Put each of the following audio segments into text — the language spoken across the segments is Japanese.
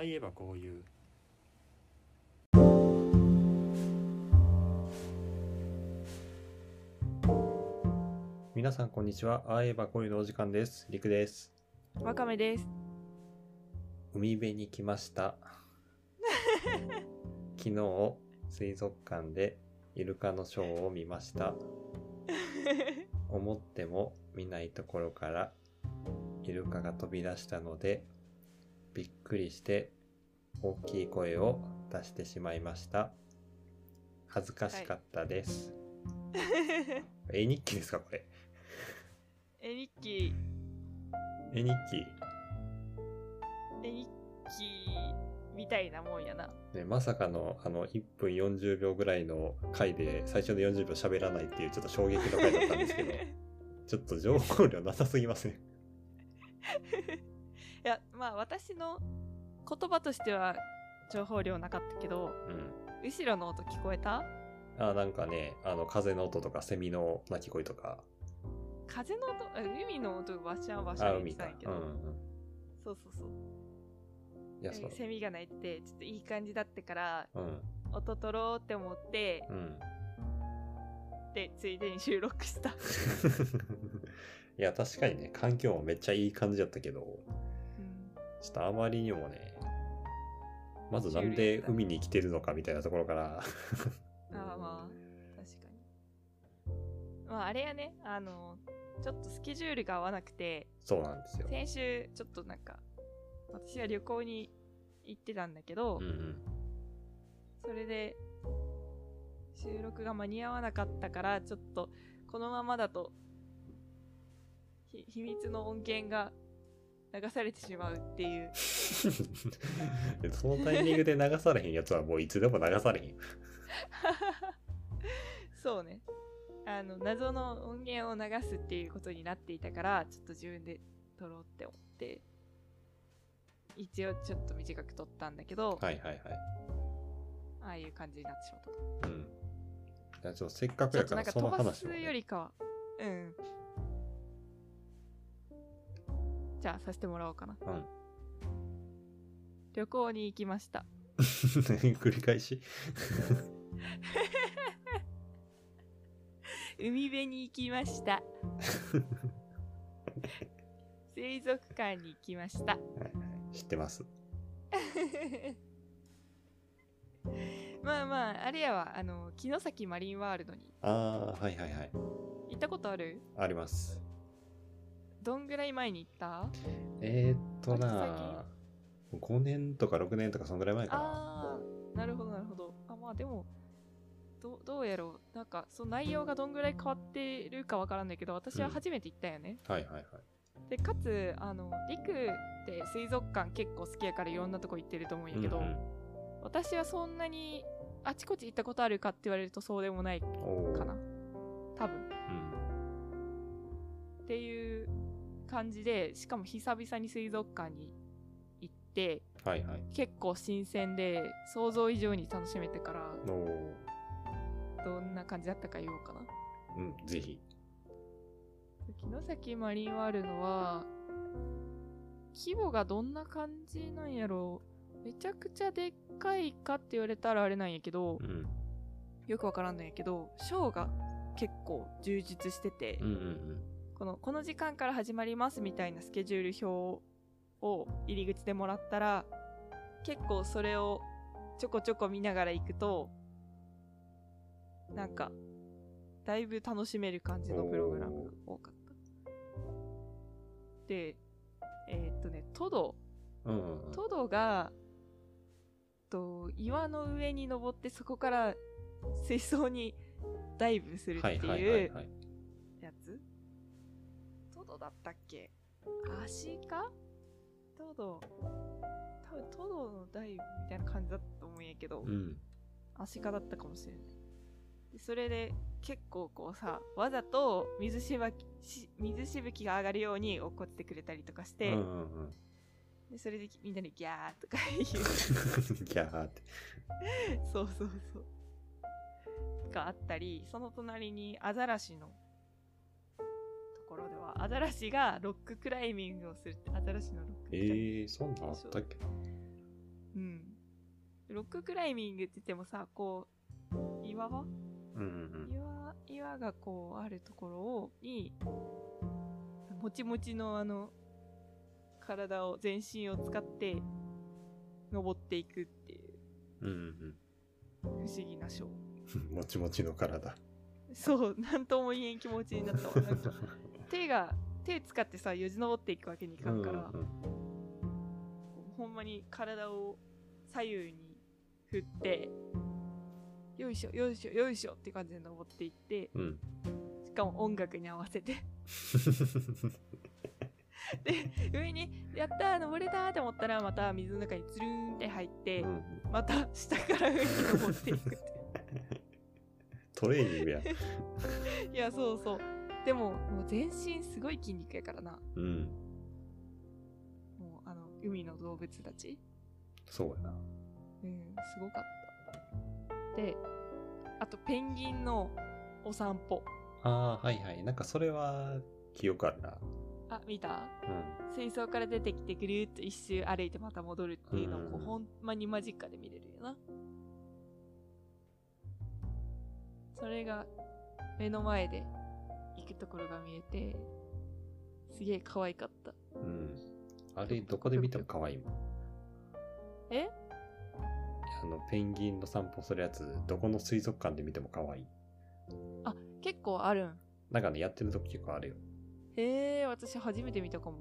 いえばこういう。皆さんこんにちは。ああいえばこういうのお時間です。りくです。 わかめです。 海辺に来ました。昨日水族館でイルカのショーを見ました。思っても見ないところからイルカが飛び出したのでびっくりして大きい声を出してしまいました。恥ずかしかったです。絵日記ですかこれ。 絵日記絵日記みたいなもんやな。 ね、まさかの1分40秒ぐらいの回で最初の40秒喋らないっていうちょっと衝撃の回だったんですけどちょっと情報量なさすぎますね。 いや、まあ私の言葉としては情報量なかったけど、後ろの音聞こえた？ なんかね、風の音とかセミの鳴き声とか。 風の音、海の音バシャンバシャン言ってたんやけど、そうそうそう。いやそうセミが鳴いてちょっといい感じだったから、音取ろうって思って、でついでに収録したいや確かにね、環境もめっちゃいい感じだったけど、ちょっとあまりにもね、まずなんで海に来てるのかみたいなところからまあ確かに。まああれやね、ちょっとスケジュールが合わなくて。 そうなんですよ。 先週ちょっとなんか私は旅行に行ってたんだけど、それで収録が間に合わなかったから、ちょっとこのままだと秘密の音源が流されてしまうっていうそのタイミングで流されへんやつはもういつでも流されへんそうね、謎の音源を流すっていうことになっていたから、ちょっと自分で撮ろうって思って一応ちょっと短く撮ったんだけど、ああいう感じになってしまったと。 じゃあちょっとせっかくやからその話を、ね、 飛ばすよりかはじゃあさせてもらおうかな。旅行に行きました繰り返し海辺に行きました水族館に行きました。 知ってますまああれやわ、城崎マリンワールドに行ったことある？ あります。 どんぐらい前に行った？ 5年とか6年とかそんぐらい前かな。 なるほどなるほど。まあでもどうやろう、なんかその内容がどんぐらい変わってるかわからんないけど、私は初めて行ったよね。でかつリクって水族館結構好きやからいろんなとこ行ってると思うんやけど、私はそんなにあちこち行ったことあるかって言われるとそうでもないかな多分、っていう感じで、しかも久々に水族館に行って、結構新鮮で想像以上に楽しめてから、どんな感じだったか言おうかな。 ぜひ。 城崎マリンワールドは規模がどんな感じなんやろう。めちゃくちゃでっかいかって言われたらあれなんやけど、よくわからんのやけど、ショーが結構充実してて、この時間から始まりますみたいなスケジュール表を入り口でもらったら、結構それをちょこちょこ見ながら行くと、なんかだいぶ楽しめる感じのプログラムが多かった。でトドが岩の上に登って、そこから水槽にダイブするっていうやつ。トドだったっけ？アシカ？多分トドのダイブみたいな感じだったと思うんやけど、アシカだったかもしれない。でそれで結構こうさ、わざと水しぶきが上がるように怒ってくれたりとかして、でそれでみんなでギャーとか言うギャーってそうがあったり、その隣にアザラシのところではアザラシがロッククライミングをするって。アザラシのロッククライミング、 そんなんあったっけな。 うん。ロッククライミングって言ってもさ、こう、岩場、岩がこうあるところに、もちもちの体を、全身を使って、登っていくっていう、不思議なショー。 もちもちの体。 そう、なんとも言えん気持ちになったわ。なんか手使ってさ、よじ登っていくわけにいかんから、ほんまに体を左右に振って、よいしょよいしょよいしょって感じで登っていって、しかも音楽に合わせてで、上にやったー登れたーって思ったら、また水の中につるーんって入って、また下から上に登っていくってトレーニングやいや、そうそう。でもう全身すごい筋肉やからな。もう海の動物たち。 そうやな。 すごかった。で、あとペンギンのお散歩。 ああ、はいはい。なんかそれは記憶あるな。 あ、見た？水槽から出てきてぐるーっと一周歩いてまた戻るっていうのをこうほんまに間近で見れるよな。それが目の前で行くところが見えて、すげえ可愛かった。 あれどこで見ても可愛いもん。 え？ ペンギンの散歩するやつ、どこの水族館で見ても可愛い。 あ、結構あるん。 なんかね、やってる時結構あるよ。 へえ、私初めて見たかも。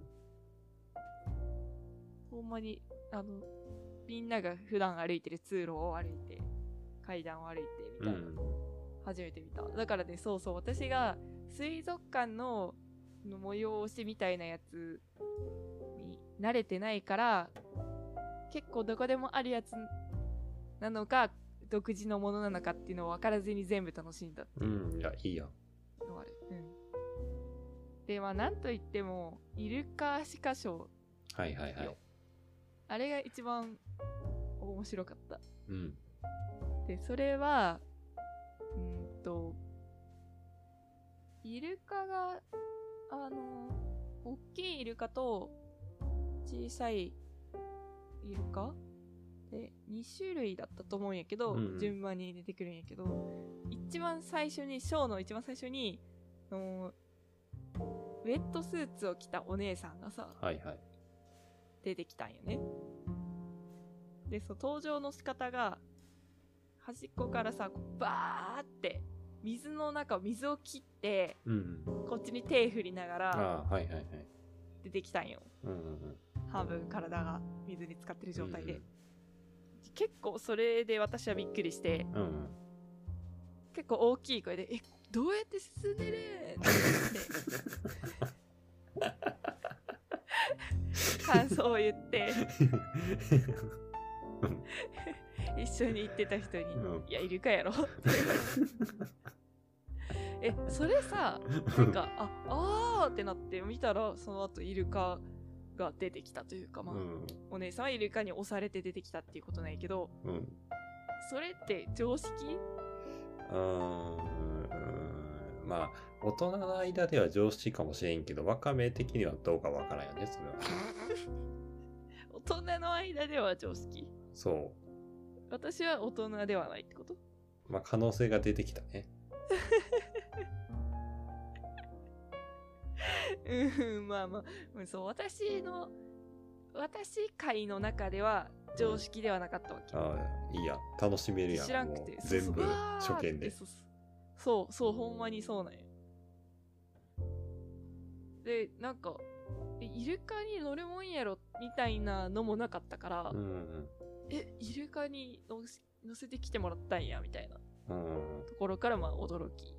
ほんまに、みんなが普段歩いてる通路を歩いて、階段を歩いてみたいな、初めて見た。だからね、そうそう、私が水族館の催しみたいなやつに慣れてないから、結構どこでもあるやつなのか独自のものなのかっていうのを分からずに全部楽しんだっていう。 いや、いいや。 のある。で、まあなんといってもイルカアシカショー。 はいはいはい。 あれが一番面白かった。で、それはイルカが大きいイルカと小さいイルカで2種類だったと思うんやけど、順番に出てくるんやけど、一番最初にショーの一番最初にウェットスーツを着たお姉さんがさ、出てきたんよね。で、そう登場の仕方が端っこからさ、バーって水の中水を切って、こっちに手振りながら出てきたんよ。半分体が水に浸かってる状態で、結構それで私はびっくりして、結構大きい声でどうやって進んでるって感想を言って一緒に行ってた人に、いやイルカやろってそれさ、なんかあーってなって見たら、その後イルカが出てきたというか、まあお姉さんはイルカに押されて出てきたっていうことなんやけど、それって常識？ まあ大人の間では常識かもしれんけど、ワカメ的にはどうかわからんよね、それは。 大人の間では常識？ そう。 私は大人ではないってこと？ まあ可能性が出てきたね。 まあまあ、そう、私会の中では常識ではなかったわけ。 いいや、楽しめるやん。 知らんくて、 全部初見で。 そう、ほんまにそうなんや。で、なんか、イルカに乗るもんやろみたいなのもなかったから、イルカに乗せてきてもらったんやみたいなところからまあ驚き。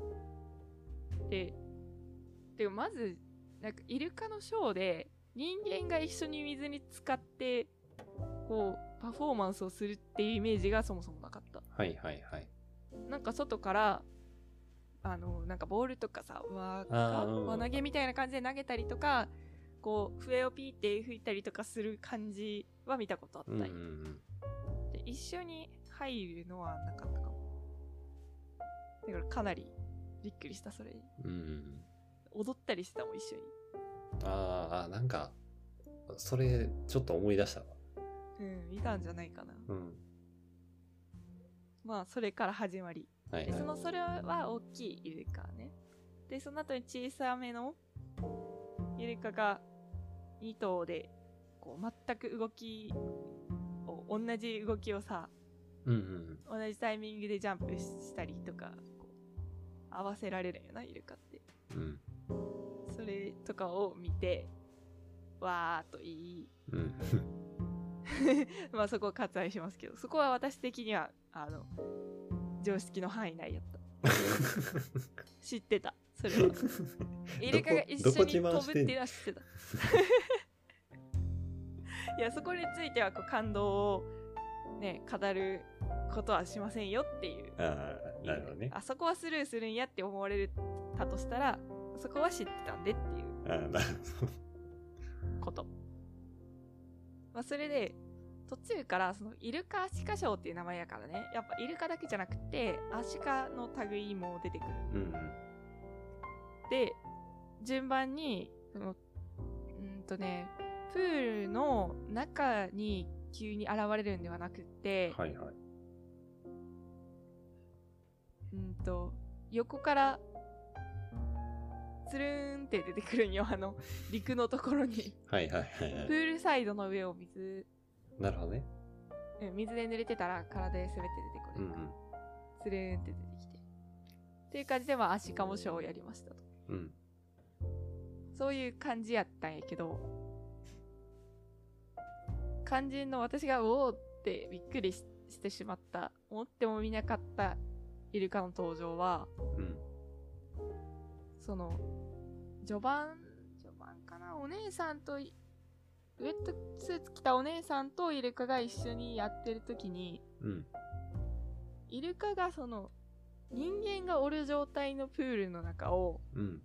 でまずなんかイルカのショーで人間が一緒に水に浸かってこうパフォーマンスをするっていうイメージがそもそもなかった。なんか外からなんかボールとかさ、輪投げみたいな感じで投げたりとか、こう笛をピーって吹いたりとかする感じは見たことあったんよ。で一緒に入るのはなかったかも。だからかなりびっくりした、それに。踊ったりしてたもん、一緒に。 なんかそれちょっと思い出したわ。 見たんじゃないかな。 うん。 まあそれから始まり、 はいはい、 でそれは大きいイルカね。でその後に小さめのイルカが2頭でこう全く同じ動きをさ、同じタイミングでジャンプしたりとかこう合わせられるよな、イルカって、それとかを見てわーっといい、まあそこを割愛しますけど、そこは私的には常識の範囲内やった知ってた、それはイルカが一緒に飛ぶっていうのは知ってたいや、そこについてはこう感動をね語ることはしませんよっていう。 なるほどね。 あそこはスルーするんやって思われたとしたら、そこは知ってたんでっていうこと。まあそれで途中からそのイルカアシカショーっていう名前やからね、やっぱイルカだけじゃなくてアシカの類も出てくる。で順番にそのプールの中に急に現れるんではなくて、横からつるーんって出てくるんよ、陸のところにプールサイドの上を水、 なるほどね、 水で濡れてたら体で滑って出てくる、つるーんって出てきてっていう感じで、まあアシカもショーをやりましたと、そういう感じやったんやけど、肝心の私がおーってびっくりしてしまった、思っても見なかったイルカの登場は、その序盤かな、お姉さんとウェットスーツ着たお姉さんとイルカが一緒にやってる時に、イルカがその人間がおる状態のプールの中を、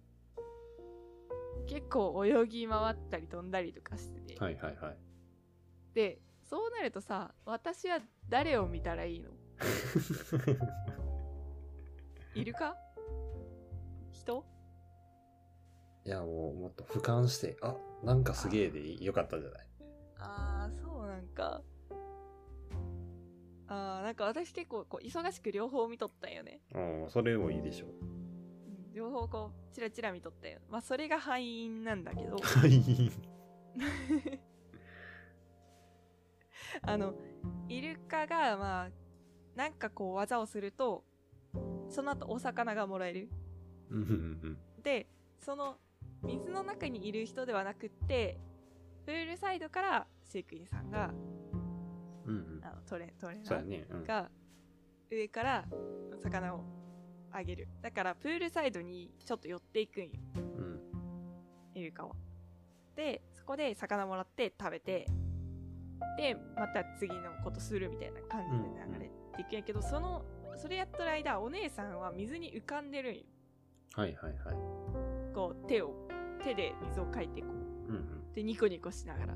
結構泳ぎ回ったり飛んだりとかしてて、でそうなるとさ、私は誰を見たらいいのイルカ？人？ いや、もっと俯瞰して、なんかすげえでよかったんじゃない？ そうなんか。なんか私結構こう忙しく両方見とったんよね。 それもいいでしょ。 両方こうチラチラ見とったよ。まあそれが敗因なんだけど。イルカがまあなんかこう技をすると、その後お魚がもらえる。でその水の中にいる人ではなくって、プールサイドから飼育員さんが、トレーナーが上から魚をあげる。だからプールサイドにちょっと寄っていくんよ、イルカは。でそこで魚もらって食べて、でまた次のことするみたいな感じで流れていくんやけど、それやっとる間、お姉さんは水に浮かんでるんよ。こう手で水をかいてこう、でニコニコしながら、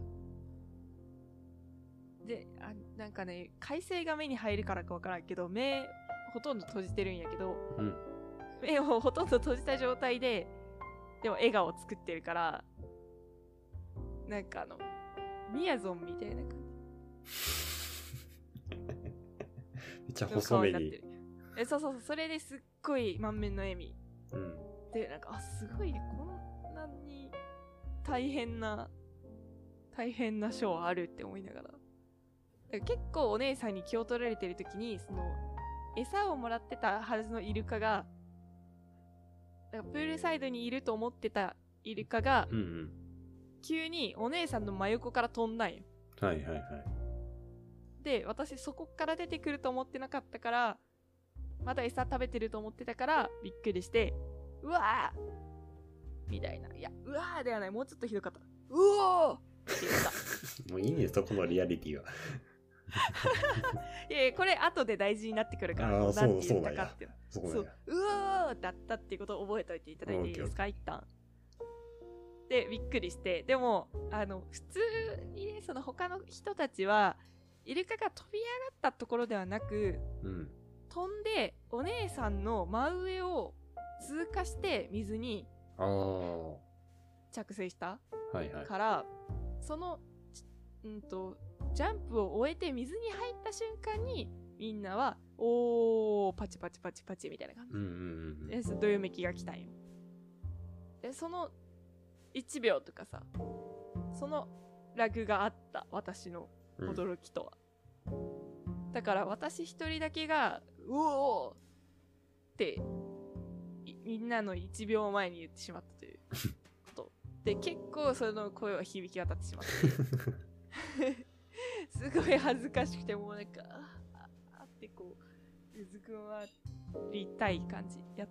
でなんかね、海水が目に入るからかわからんけど、目ほとんど閉じてるんやけど、目をほとんど閉じた状態ででも笑顔を作ってるから、なんかみやぞんみたいな感じめっちゃ細めに。 そう、それですっごい満面の笑み、でなんかすごいこんなに大変なショーあるって思いながら、結構お姉さんに気を取られてる時に、その餌をもらってたはずのイルカが、プールサイドにいると思ってたイルカが、急にお姉さんの真横から飛んだんよ。で私そこから出てくると思ってなかったから、まだ餌食べてると思ってたからびっくりして、うわーみたいな。いや、うわーではない、もうちょっとひどかった。うおーって言ったもういいね、そこのリアリティは。 いやこれ後で大事になってくるから、なんて言ったかっていうの。そう、うわーだったっていうことを覚えておいていただいていいですか、一旦。でびっくりして、でも普通にね、その他の人たちはイルカが飛び上がったところではなく、飛んでお姉さんの真上を通過して水に着水した、からそのジャンプを終えて水に入った瞬間にみんなはおーパチパチパチパチみたいな感じでどよめきが来たんよ。でその1秒とかさ、そのラグがあった、私の驚きとは、だから私一人だけがうおーってみんなの1秒前に言ってしまったということで、結構その声は響き渡ってしまってすごい恥ずかしくて、もうなんかあってこううずくまりたい感じやった、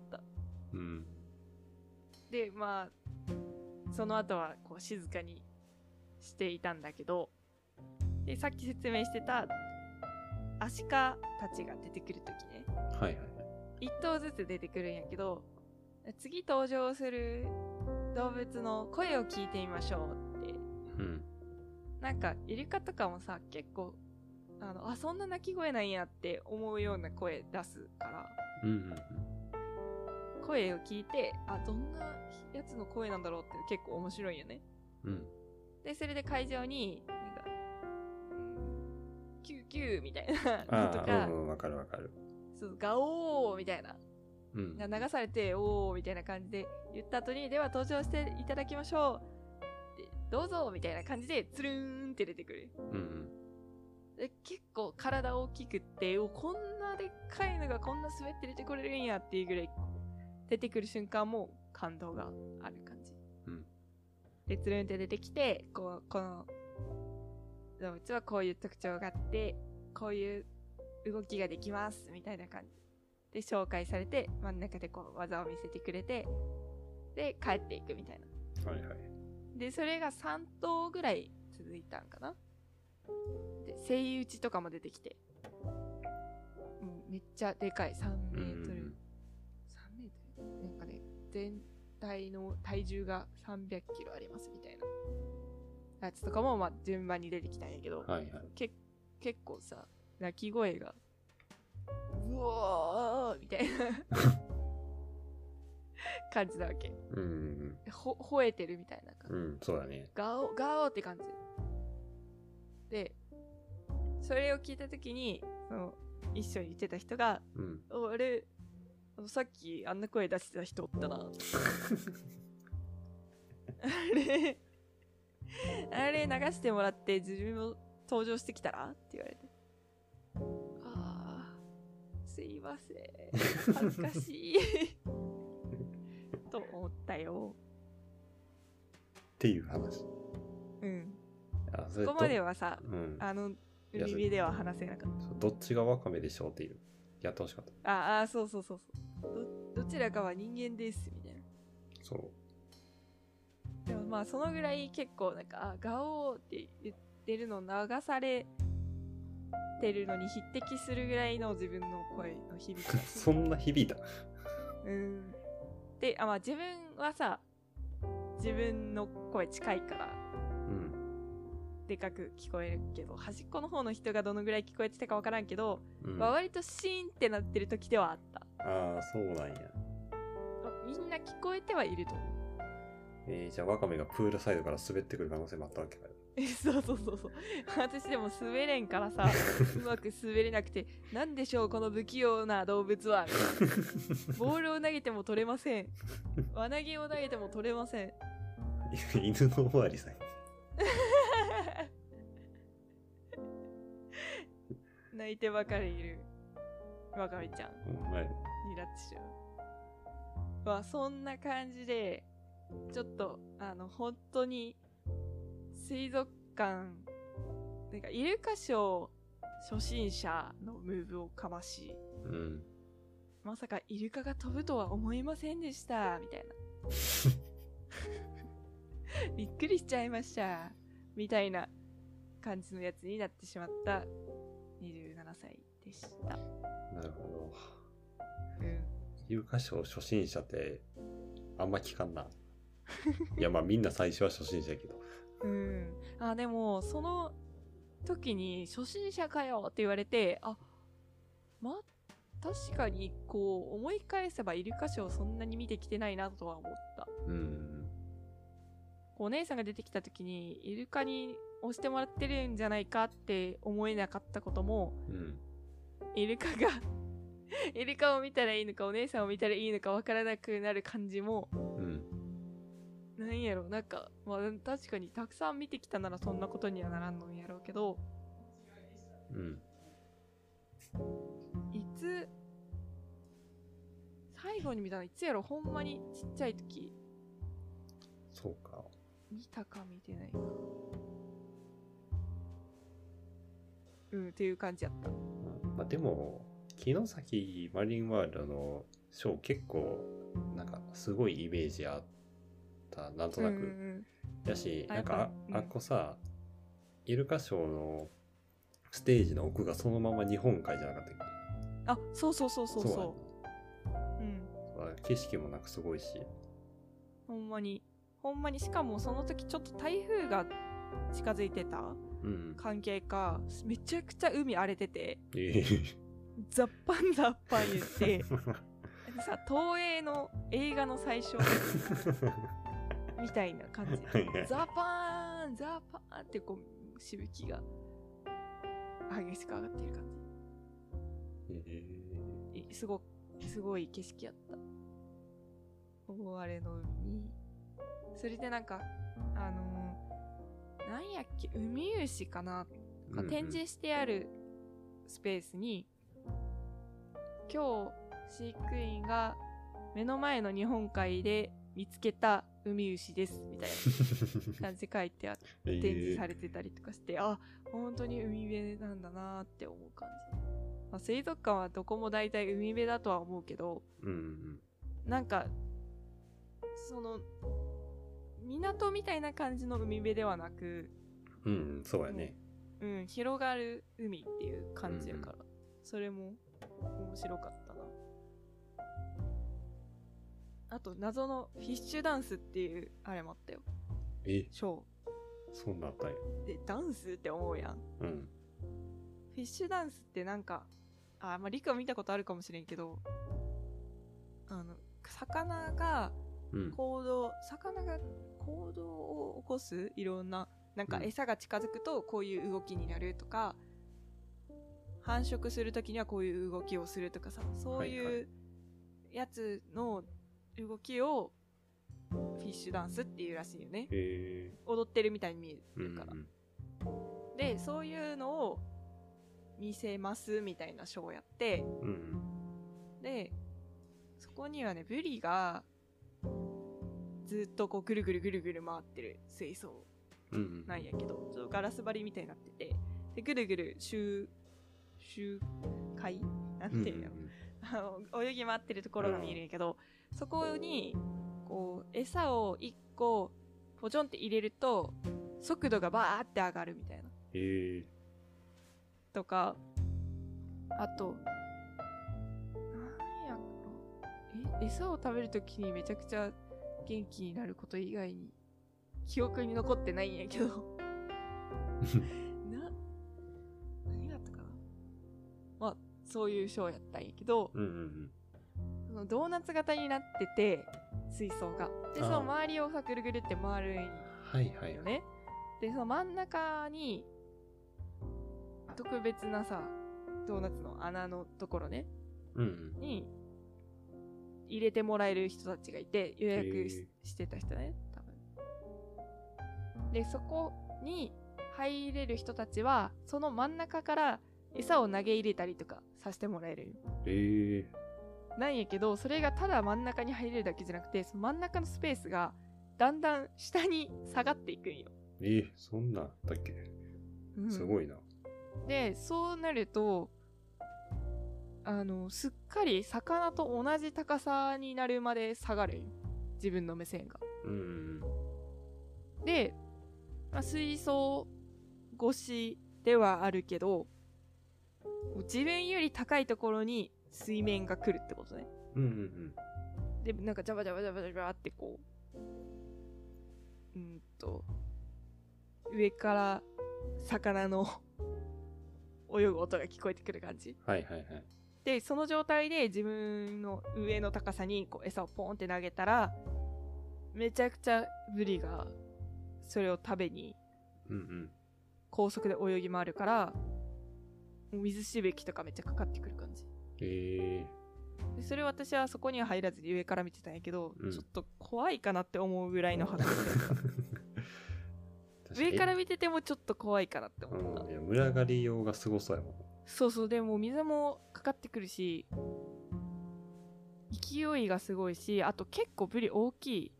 でまあその後はこう静かにしていたんだけど、でさっき説明してたアシカたちが出てくるときね、1頭ずつ出てくるんやけど、次登場する動物の声を聞いてみましょうって、なんかイルカとかもさ、結構そんな鳴き声なんやって思うような声出すから、声を聞いてどんなやつの声なんだろうって結構面白いよね。でそれで会場になんかキューキューみたいなのとか、 わかるわかる、 そうガオーみたいな、が流されておーみたいな感じで言った後に、では登場していただきましょうでどうぞみたいな感じでつるーんって出てくる。で結構体大きくって、こんなでっかいのがこんな滑って出てこれるんやっていうぐらい出てくる瞬間も感動がある感じ、でつるんって出てきて、この動物はこういう特徴があってこういう動きができますみたいな感じで紹介されて、真ん中でこう技を見せてくれて、で帰っていくみたいな。でそれが3頭ぐらい続いたんかな。でセイウチとかも出てきて、めっちゃでかい3メートル、なんかね、全体の体重が300キロありますみたいなやつとかも順番に出てきたんやけど、結構さ、鳴き声がうわーみたいな感じなわけ。吠えてるみたいな感じ。 そうだね。 ガオガオって感じで、それを聞いたときに一緒に行ってた人が、あれさっきあんな声出してた人おったなあれ流してもらって自分も登場してきたらって言われて、すいません恥ずかしいと思ったよっていう話。 そこまではさ、海辺では話せなかった。 どっちがワカメでしょうっていうやってほしかった。 そうどちらかは人間ですみたいな。でもそのぐらい結構なんかガオーって言ってるの流されてるのに匹敵するぐらいの自分の声の響きそんな響いたで自分はさ、自分の声近いからでかく聞こえるけど、端っこの方の人がどのぐらい聞こえてたか分からんけど、割とシーンってなってる時ではあった。 そうなんや。 みんな聞こえてはいると思う。 じゃあワカメがプールサイドから滑ってくる可能性もあったわけかよ。 そう私でも滑れんからさうまく滑れなくて、なんでしょうこの不器用な動物はボールを投げても取れません、輪投げを投げても取れません犬のおわりさん泣いてばかりいるワカメちゃんになってしまう。そんな感じでちょっと本当に水族館なんかイルカショー初心者のムーブをかまし、まさかイルカが飛ぶとは思いませんでしたみたいなびっくりしちゃいましたみたいな感じのやつになってしまった27歳でした。 なるほど。イルカショー初心者ってあんま聞かんな。いやみんな最初は初心者やけど。 でもその時に初心者かよって言われて、確かにこう思い返せばイルカショーそんなに見てきてないなとは思った。お姉さんが出てきた時にイルカに押してもらってるんじゃないかって思えなかったことも、 うん、 イルカを見たらいいのかお姉さんを見たらいいのか分からなくなる感じも、 うん、 なんやろ、なんか、まあ確かにたくさん見てきたならそんなことにはならんのんやろうけど、 うん、 いつ最後に見たのいつやろ、ほんまにちっちゃい時。 そうか。 見たか見てないか。っていう感じやった。 まあでも城崎マリンワールドのショー結構なんかすごいイメージあったなんとなく、やし、なんかあっこさ、イルカショーのステージの奥がそのまま日本海じゃなかったっけ？ あ、そう。 景色もなんかすごいし。 ほんまにしかもその時ちょっと台風が近づいてた関係か、めちゃくちゃ海荒れてて、ザッパン言ってさ、東映の映画の最初みたいな感じザパーンってこうしぶきが激しく上がっている感じ、すごい景色やった。大荒れの海、それでなんかなんやっけ、ウミウシかな、展示してあるスペースに、今日飼育員が目の前の日本海で見つけたウミウシですみたいな感じで書いてあって展示されてたりとかして、あ、本当に海辺なんだなって思う感じ。まあ、水族館はどこも大体海辺だとは思うけど、なんかその港みたいな感じの海辺ではなく、 そうやね、 広がる海っていう感じやから、それも面白かったな。あと謎のフィッシュダンスっていうあれもあったよ。ショー。 そんなあったんや。 で、ダンスって思うやん。フィッシュダンスってなんか、まあリクは見たことあるかもしれんけど、魚が行動を起こす、いろんな、なんか餌が近づくとこういう動きになるとか、繁殖するときにはこういう動きをするとかさ、そういうやつの動きをフィッシュダンスっていうらしいよね。踊ってるみたいに見えるから、でそういうのを見せますみたいなショーをやって、でそこにはね、ブリがずっとこうぐるぐる回ってる水槽なんやけど、ちょっとガラス張りみたいになってて、でぐるぐる周回なんていうの、泳ぎ回ってるところが見えるんやけど、そこにこう餌を1個ポチョンって入れると速度がバーって上がるみたいな、とか、あとなんやろ、餌を食べるときにめちゃくちゃ元気になること以外に記憶に残ってないんやけど何があったかな。まあそういうショーやったんやけど、そのドーナツ型になってて水槽が、でその周りをさぐるぐるって回るんよね。でその真ん中に特別なさ、ドーナツの穴のところね、に入れてもらえる人たちがいて、予約してた人ね、多分。でそこに入れる人たちはその真ん中から餌を投げ入れたりとかさせてもらえるなんやけど、それがただ真ん中に入れるだけじゃなくて、その真ん中のスペースがだんだん下に下がっていくんよ。 そんなんだっけ、すごいな。 でそうなるとすっかり魚と同じ高さになるまで下がるよ、自分の目線が。で、水槽越しではあるけど、自分より高いところに水面が来るってことね。でなんかジャバジャバってこう上から魚の泳ぐ音が聞こえてくる感じ。でその状態で自分の上の高さにこう餌をポンって投げたら、めちゃくちゃブリがそれを食べに高速で泳ぎ回るから、水しぶきとかめっちゃかかってくる感じ。でそれ私はそこには入らずに上から見てたんやけど、ちょっと怖いかなって思うぐらいの迫力上から見ててもちょっと怖いかなって思った。 いや群がりようがすごそうやもん。 そうそう、でも水もかかってくるし勢いがすごいし、あと結構ブリ大きい、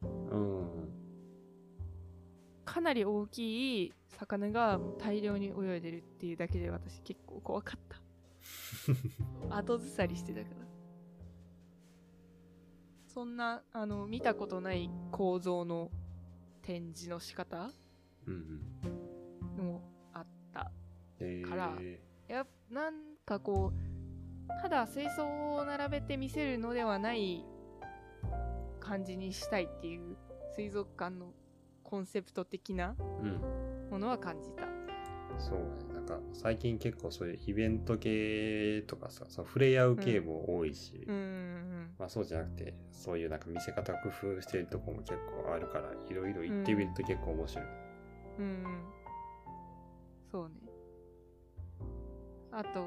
かなり大きい魚が大量に泳いでるっていうだけで私結構怖かった後ずさりしてたから。そんな見たことない構造の展示の仕方もあったから、なんかこうただ水槽を並べて見せるのではない感じにしたいっていう水族館のコンセプト的なものは感じた。 そうね、なんか最近結構そういうイベント系とかさ、その触れ合う系も多いし、まあそうじゃなくてそういうなんか見せ方工夫してるとこも結構あるから、いろいろ行ってみると結構面白い。 そうね。あと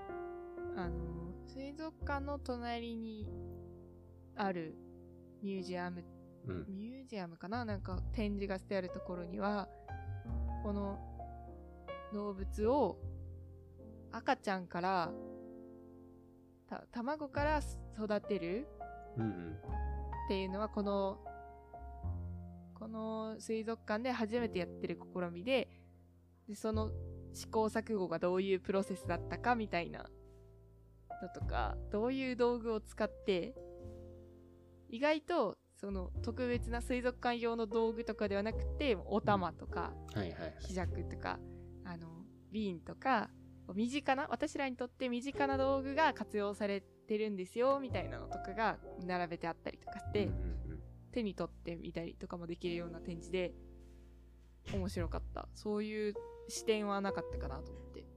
水族館の隣にあるミュージアムかな、なんか展示がしてあるところにはこの動物を赤ちゃんから卵から育てるっていうのはこの水族館で初めてやってる試みで、その試行錯誤がどういうプロセスだったかみたいなのとか、どういう道具を使って、意外とその特別な水族館用の道具とかではなくて、お玉とかひじゃくとか瓶とか私らにとって身近な道具が活用されてるんですよみたいなのとかが並べてあったりとかして、手に取ってみたりとかもできるような展示で面白かった。そういう視点はなかったかなと思って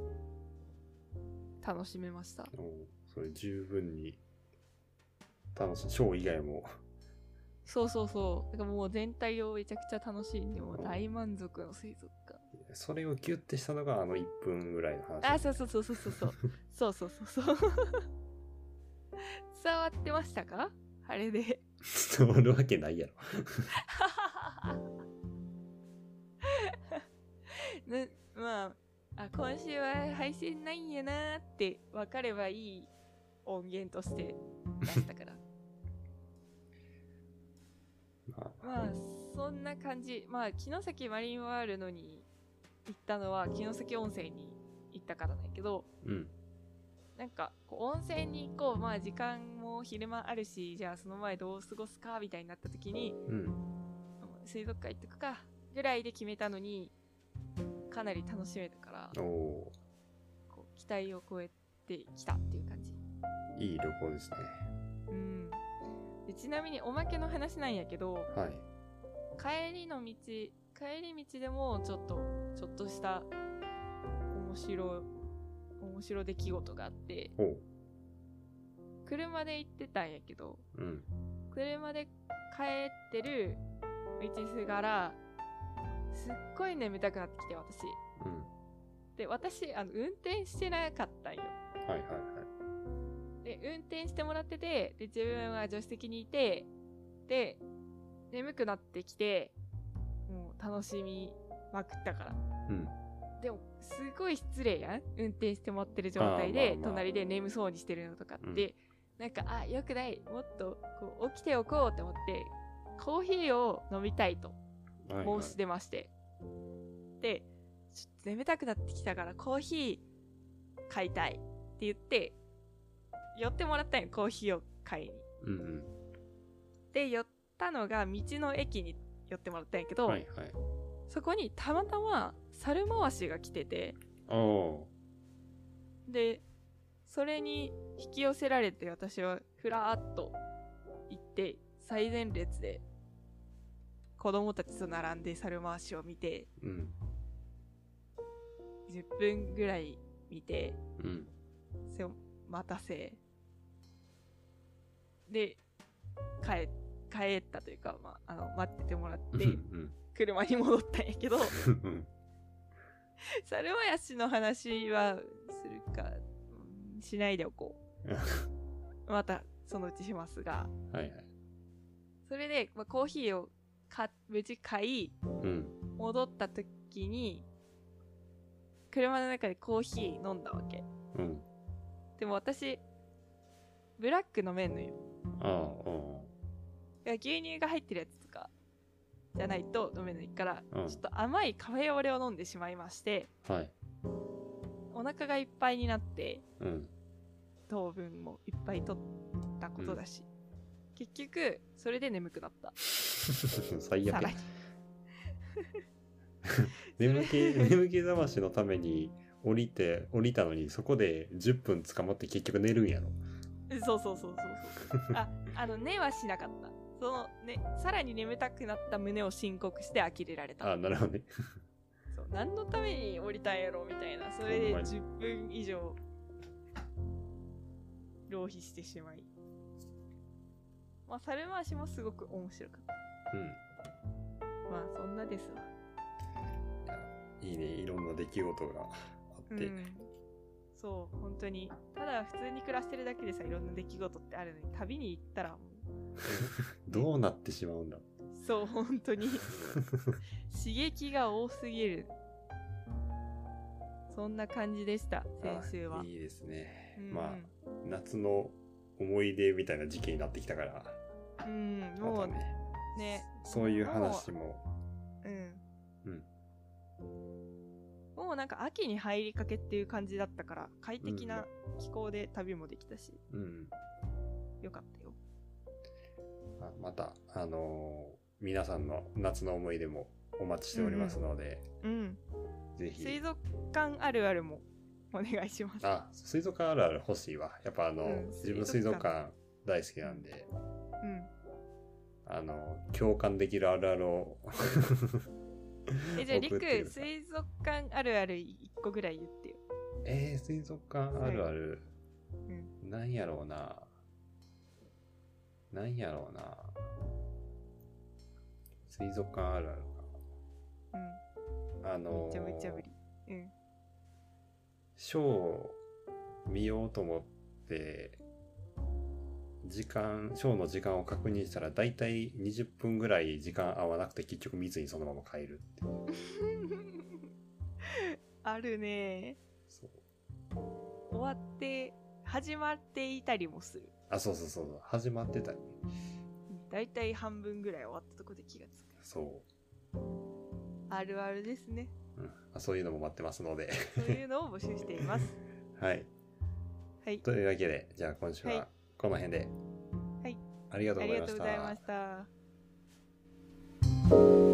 楽しめました。 それ十分に楽しい。ショー以外もそうだからもう全体をめちゃくちゃ楽しんで、もう大満足の水族館。 それをギュッてしたのが1分ぐらいの話。 そう伝わってましたかあれで。 伝わるわけないやろまあ今週は配信ないんやなーって分かればいい音源として出したからまあそんな感じ。まあ城崎マリンワールドに行ったのは城崎温泉に行ったからだけど、なんかこう温泉に行こう、まあ時間も昼間あるし、じゃあその前どう過ごすかみたいになった時に、水族館行っとくかぐらいで決めたのにかなり楽しめたから、こう期待を超えてきたっていう感じ。 いい旅行ですね。 でちなみにおまけの話なんやけど、帰り道でもちょっとした面白出来事があって、車で行ってたんやけど、車で帰ってる道すがらすっごい眠たくなってきて私、で私運転してなかったんよ。で運転してもらってて、で自分は助手席にいて、で眠くなってきてもう楽しみまくったから、でもすごい失礼やん、運転してもらってる状態で隣で眠そうにしてるのとかって、なんかよくない、もっとこう起きておこうって思ってコーヒーを飲みたいと申し出まして、でちょっと眠たくなってきたからコーヒー買いたいって言って寄ってもらったんよ、コーヒーを買いに。で寄ったのが道の駅に寄ってもらったんやけど、そこにたまたま猿回しが来てて、でそれに引き寄せられて私はふらーっと行って最前列で子供たちと並んで猿回しを見て、10分ぐらい見て、それを待たせで帰ったというか、待っててもらって車に戻ったんやけど猿回しの話はするか、しないでおこう。またそのうちしますが。 はいはい。 それで、コーヒーを無事買い、戻った時に、車の中でコーヒー飲んだわけ。でも私、ブラック飲めんのよ。牛乳が入ってるやつとかじゃないと飲めないから、ちょっと甘いカフェオレを飲んでしまいまして、お腹がいっぱいになって、糖分もいっぱい取ったことだし、結局それで眠くなった。 最悪。眠気覚ましのために降りたのに、そこで10分捕まって結局寝るんやろ。 そう寝はしなかった。さらに眠たくなった旨を申告して呆れられた。 なるほどね。 そう、何のために降りたんやろみたいな。それで10分以上浪費してしまい、猿回しもすごく面白かった。そんなですわ。 いいね、いろんな出来事があって、 そう、本当にただ普通に暮らしてるだけでさ、いろんな出来事ってあるのに、旅に行ったらもうどうなってしまうんだ。 そう、本当に刺激が多すぎる。そんな感じでした、先週は。 いいですね。夏の思い出みたいな時期になってきたから、 もうね、 そういう話ももうなんか秋に入りかけっていう感じだったから、快適な気候で旅もできたし、よかったよ。 また皆さんの夏の思い出もお待ちしておりますので、ぜひ。 水族館あるあるもお願いします。 水族館あるある欲しいわ。やっぱ自分水族館大好きなんで、共感できるあるあるをじゃありく水族館あるある1個ぐらい言ってよ。 水族館あるある、なんやろうな。水族館あるあるか。 めちゃめちゃ無理。 ショーを見ようと思ってショーの時間を確認したら、だいたい20分ぐらい時間合わなくて、結局見ずにそのまま帰るってあるね。 そう、 終わって始まっていたりもする。 そう始まってたり、 だいたい半分ぐらい終わったとこで気がつく。あるあるですね。 そういうのも待ってますのでそういうのを募集しています。 はい、というわけで、じゃあ今週はこの辺で、ありがとうございました。